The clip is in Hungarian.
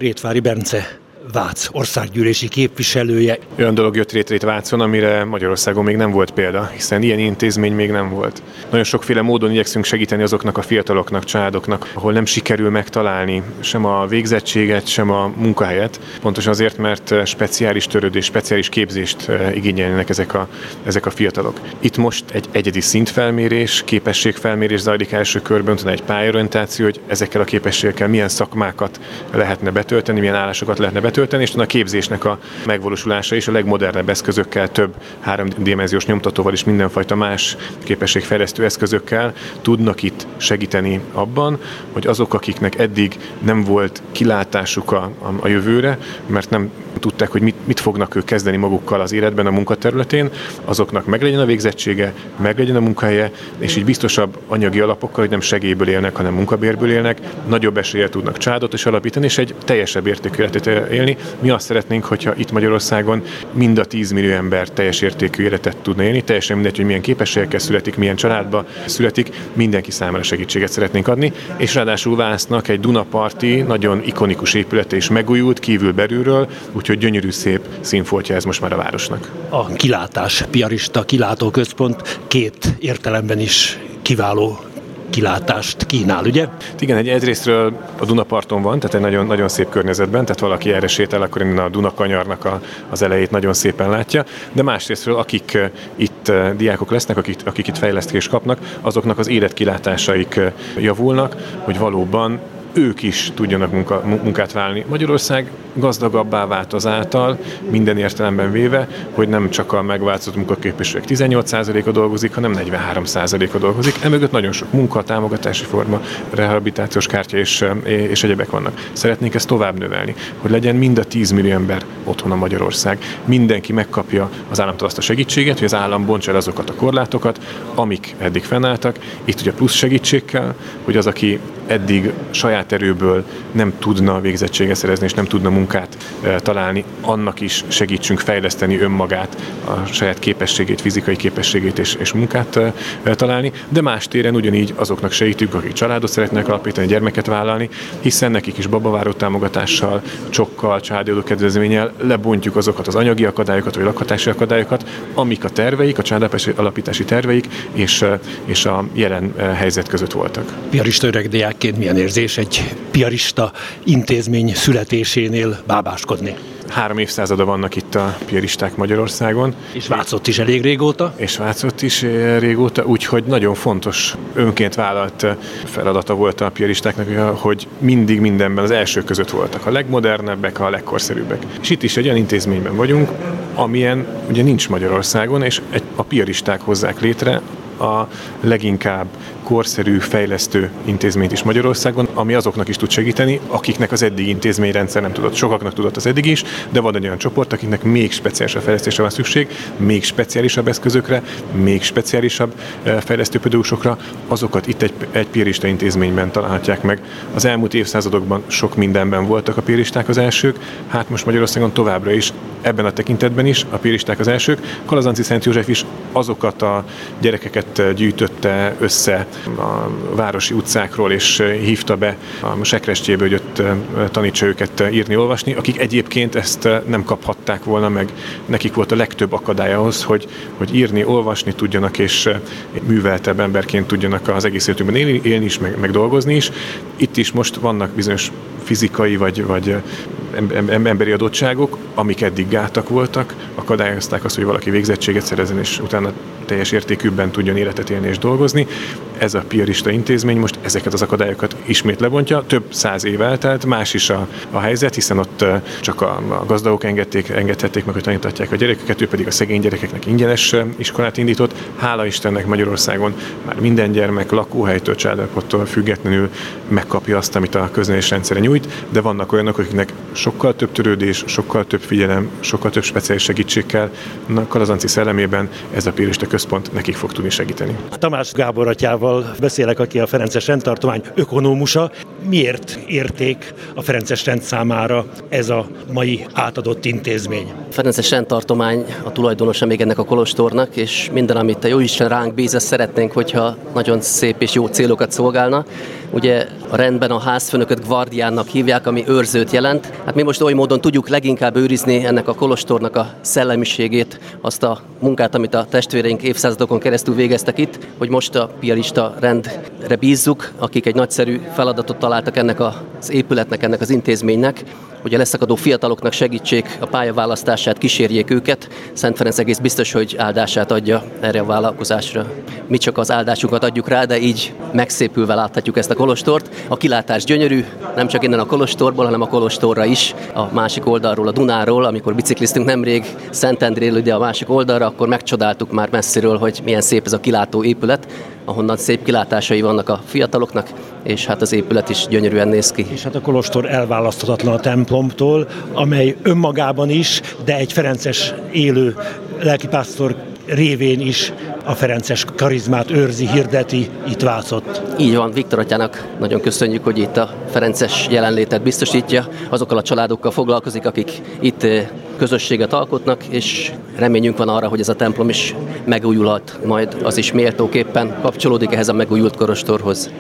Rétvári Bence, Vác országgyűlési képviselője. Olyan dolog jött létre Vácon, amire Magyarországon még nem volt példa, hiszen ilyen intézmény még nem volt. Nagyon sokféle módon igyekszünk segíteni azoknak a fiataloknak, családoknak, ahol nem sikerül megtalálni sem a végzettséget, sem a munkahelyet. Pontosan azért, mert speciális törődés, speciális képzést igényelnek ezek a fiatalok. Itt most egy egyedi szintfelmérés, képességfelmérés zajlik első körben, utána egy pályorientáció, hogy ezekkel a képességekkel milyen szakmákat lehetne betölteni, milyen állásokat lehetne betölteni, és a képzésnek a megvalósulása is a legmodernebb eszközökkel, több 3D-dimenziós nyomtatóval és mindenfajta más képességfejlesztő eszközökkel tudnak itt segíteni abban, hogy azok, akiknek eddig nem volt kilátásuk a jövőre, mert nem tudták, hogy mit fognak ők kezdeni magukkal az életben, a munkaterületén, azoknak meglegyen a végzettsége, meglegyen a munkahelye, és így biztosabb anyagi alapokkal, hogy nem segélyből élnek, hanem munkabérből élnek, nagyobb eséllyel tudnak családot is alapítani, és egy teljesebb értékű életet élni. Mi azt szeretnénk, hogyha itt Magyarországon mind a 10 millió ember teljes értékű életet tudna élni, teljesen mindegy, hogy milyen képességekkel születik, milyen családba születik, mindenki számára segítséget szeretnénk adni, és ráadásul Vácnak egy Dunaparti, nagyon ikonikus épülete is megújult kívül-belülről, úgyhogy gyönyörű, szép színfoltja ez most már a városnak. A kilátás, piarista kilátóközpont két értelemben is kiváló kilátást kínál, ugye? Igen, egyrésztről a Dunaparton van, tehát egy nagyon, nagyon szép környezetben, tehát valaki erre sétál, akkor innen a Dunakanyarnak az elejét nagyon szépen látja, de másrésztről akik itt diákok lesznek, akik itt fejlesztést kapnak, azoknak az életkilátásaik javulnak, hogy valóban ők is tudjanak munkát válni. Magyarország gazdagabbá vált azáltal, minden értelemben véve, hogy nem csak a megváltozott munkaképességek 18%-a dolgozik, hanem 43%-a dolgozik. Emögött nagyon sok munka, támogatási forma, rehabilitációs kártya és egyebek vannak. Szeretnénk ezt tovább növelni, hogy legyen mind a 10 millió ember otthon a Magyarország. Mindenki megkapja az államtól azt a segítséget, hogy az állam bontsa el azokat a korlátokat, amik eddig fennálltak. Itt ugye plusz segítség kell, hogy az, aki eddig saját erőből nem tudna végzettséget szerezni, és nem tudna munkát találni, annak is segítsünk fejleszteni önmagát, a saját képességét, fizikai képességét és munkát találni, de más téren ugyanígy azoknak segítünk, akik családot szeretnek alapítani, gyermeket vállalni, hiszen nekik is babaváró támogatással, csokkal, családi adókedvezménnyel lebontjuk azokat az anyagi akadályokat, vagy lakhatási akadályokat, amik a terveik, a családalapítási terveik és a jelen helyzet között voltak. Piarista öregdiákként milyen érzés egy piarista intézmény születésénél bábáskodni? 3 évszázada vannak itt a piaristák Magyarországon. És Vácott is elég régóta? És Vácott is régóta, úgyhogy nagyon fontos önként vállalt feladata volt a piaristáknak, hogy mindig mindenben az elsők között voltak, a legmodernebbek, a legkorszerűbbek. És itt is egy olyan intézményben vagyunk, amilyen ugye nincs Magyarországon, és a piaristák hozzák létre a leginkább korszerű, fejlesztő intézményt is Magyarországon, ami azoknak is tud segíteni, akiknek az eddigi intézményrendszer nem tudott. Sokaknak tudott az eddig is, de van egy olyan csoport, akiknek még speciálisabb fejlesztésre van szükség, még speciálisabb eszközökre, még speciálisabb fejlesztő pedagógusokra, azokat itt egy piarista intézményben találhatják meg. Az elmúlt évszázadokban sok mindenben voltak a piaristák az elsők, hát most Magyarországon továbbra is, ebben a tekintetben is a piaristák az elsők. Kalazánci Szent József is azokat a gyerekeket gyűjtötte össze a városi utcákról, és hívta be a sekrestjébe, hogy ott tanítsa őket írni, olvasni, akik egyébként ezt nem kaphatták volna meg. Nekik volt a legtöbb akadály ahhoz, hogy írni, olvasni tudjanak, és műveltebb emberként tudjanak az egész életükben élni is, meg dolgozni is. Itt is most vannak bizonyos fizikai vagy emberi adottságok, amik eddig gátak voltak, akadályozták azt, hogy valaki végzettséget szerezzen, és utána teljes értékűbben tudjon életet élni és dolgozni. Ez a piarista intézmény most ezeket az akadályokat ismét lebontja. Több 100 év eltelt, más is a helyzet, hiszen ott csak a gazdagok engedhették meg, hogy tanítatják a gyerekeket, ő pedig a szegény gyerekeknek ingyenes iskolát indított. Hála Istennek Magyarországon már minden gyermek lakóhelytől, családapottól függetlenül megkapja azt, amit a köznevelés rendszere nyújt, de vannak olyanok, akiknek sokkal több törődés, sokkal több figyelem, sokkal több speciális segítség kell. Kalazánci szellemében ez a piarista központ nekik fog tudni segíteni. Tamás Gábor atyával beszélek, aki a Ferences Rendtartomány ökonómusa. Miért érték a Ferences Rend számára ez a mai átadott intézmény? A Ferences Rendtartomány a tulajdonosa még ennek a kolostornak, és minden, amit a Jóisten ránk bíz, ezt szeretnénk, hogyha nagyon szép és jó célokat szolgálna. Ugye a rendben a házfőnököt guardiánnak hívják, ami őrzőt jelent. Hát mi most oly módon tudjuk leginkább őrizni ennek a kolostornak a szellemiségét, azt a munkát, amit a testvéreink évszázadokon keresztül végeztek itt, hogy most a piarista rendre bízzuk, akik egy nagyszerű feladatot találtak ennek az épületnek, ennek az intézménynek, hogy a leszakadó fiataloknak segítsék a pályaválasztását, kísérjék őket. Szent Ferenc egész biztos, hogy áldását adja erre a vállalkozásra. Mi csak az áldásunkat adjuk rá, de így megszépülve láthatjuk ezt a kolostort. A kilátás gyönyörű, nem csak innen a kolostorból, hanem a kolostorra is, a másik oldalról, a Dunáról. Amikor bicikliztünk nemrég Szentendréről ide a másik oldalra, akkor megcsodáltuk már messziről, hogy milyen szép ez a kilátó épület, ahonnan szép kilátásai vannak a fiataloknak, és hát az épület is gyönyörűen néz ki. És hát a kolostor elválaszthatatlan a templomtól, amely önmagában is, de egy ferences élő lelkipásztor révén is a ferences karizmát őrzi, hirdeti, itt Vácott. Így van, Viktor atyának nagyon köszönjük, hogy itt a ferences jelenlétet biztosítja, azokkal a családokkal foglalkozik, akik itt közösséget alkotnak, és reményünk van arra, hogy ez a templom is megújulhat, majd az is méltóképpen kapcsolódik ehhez a megújult kolostorhoz.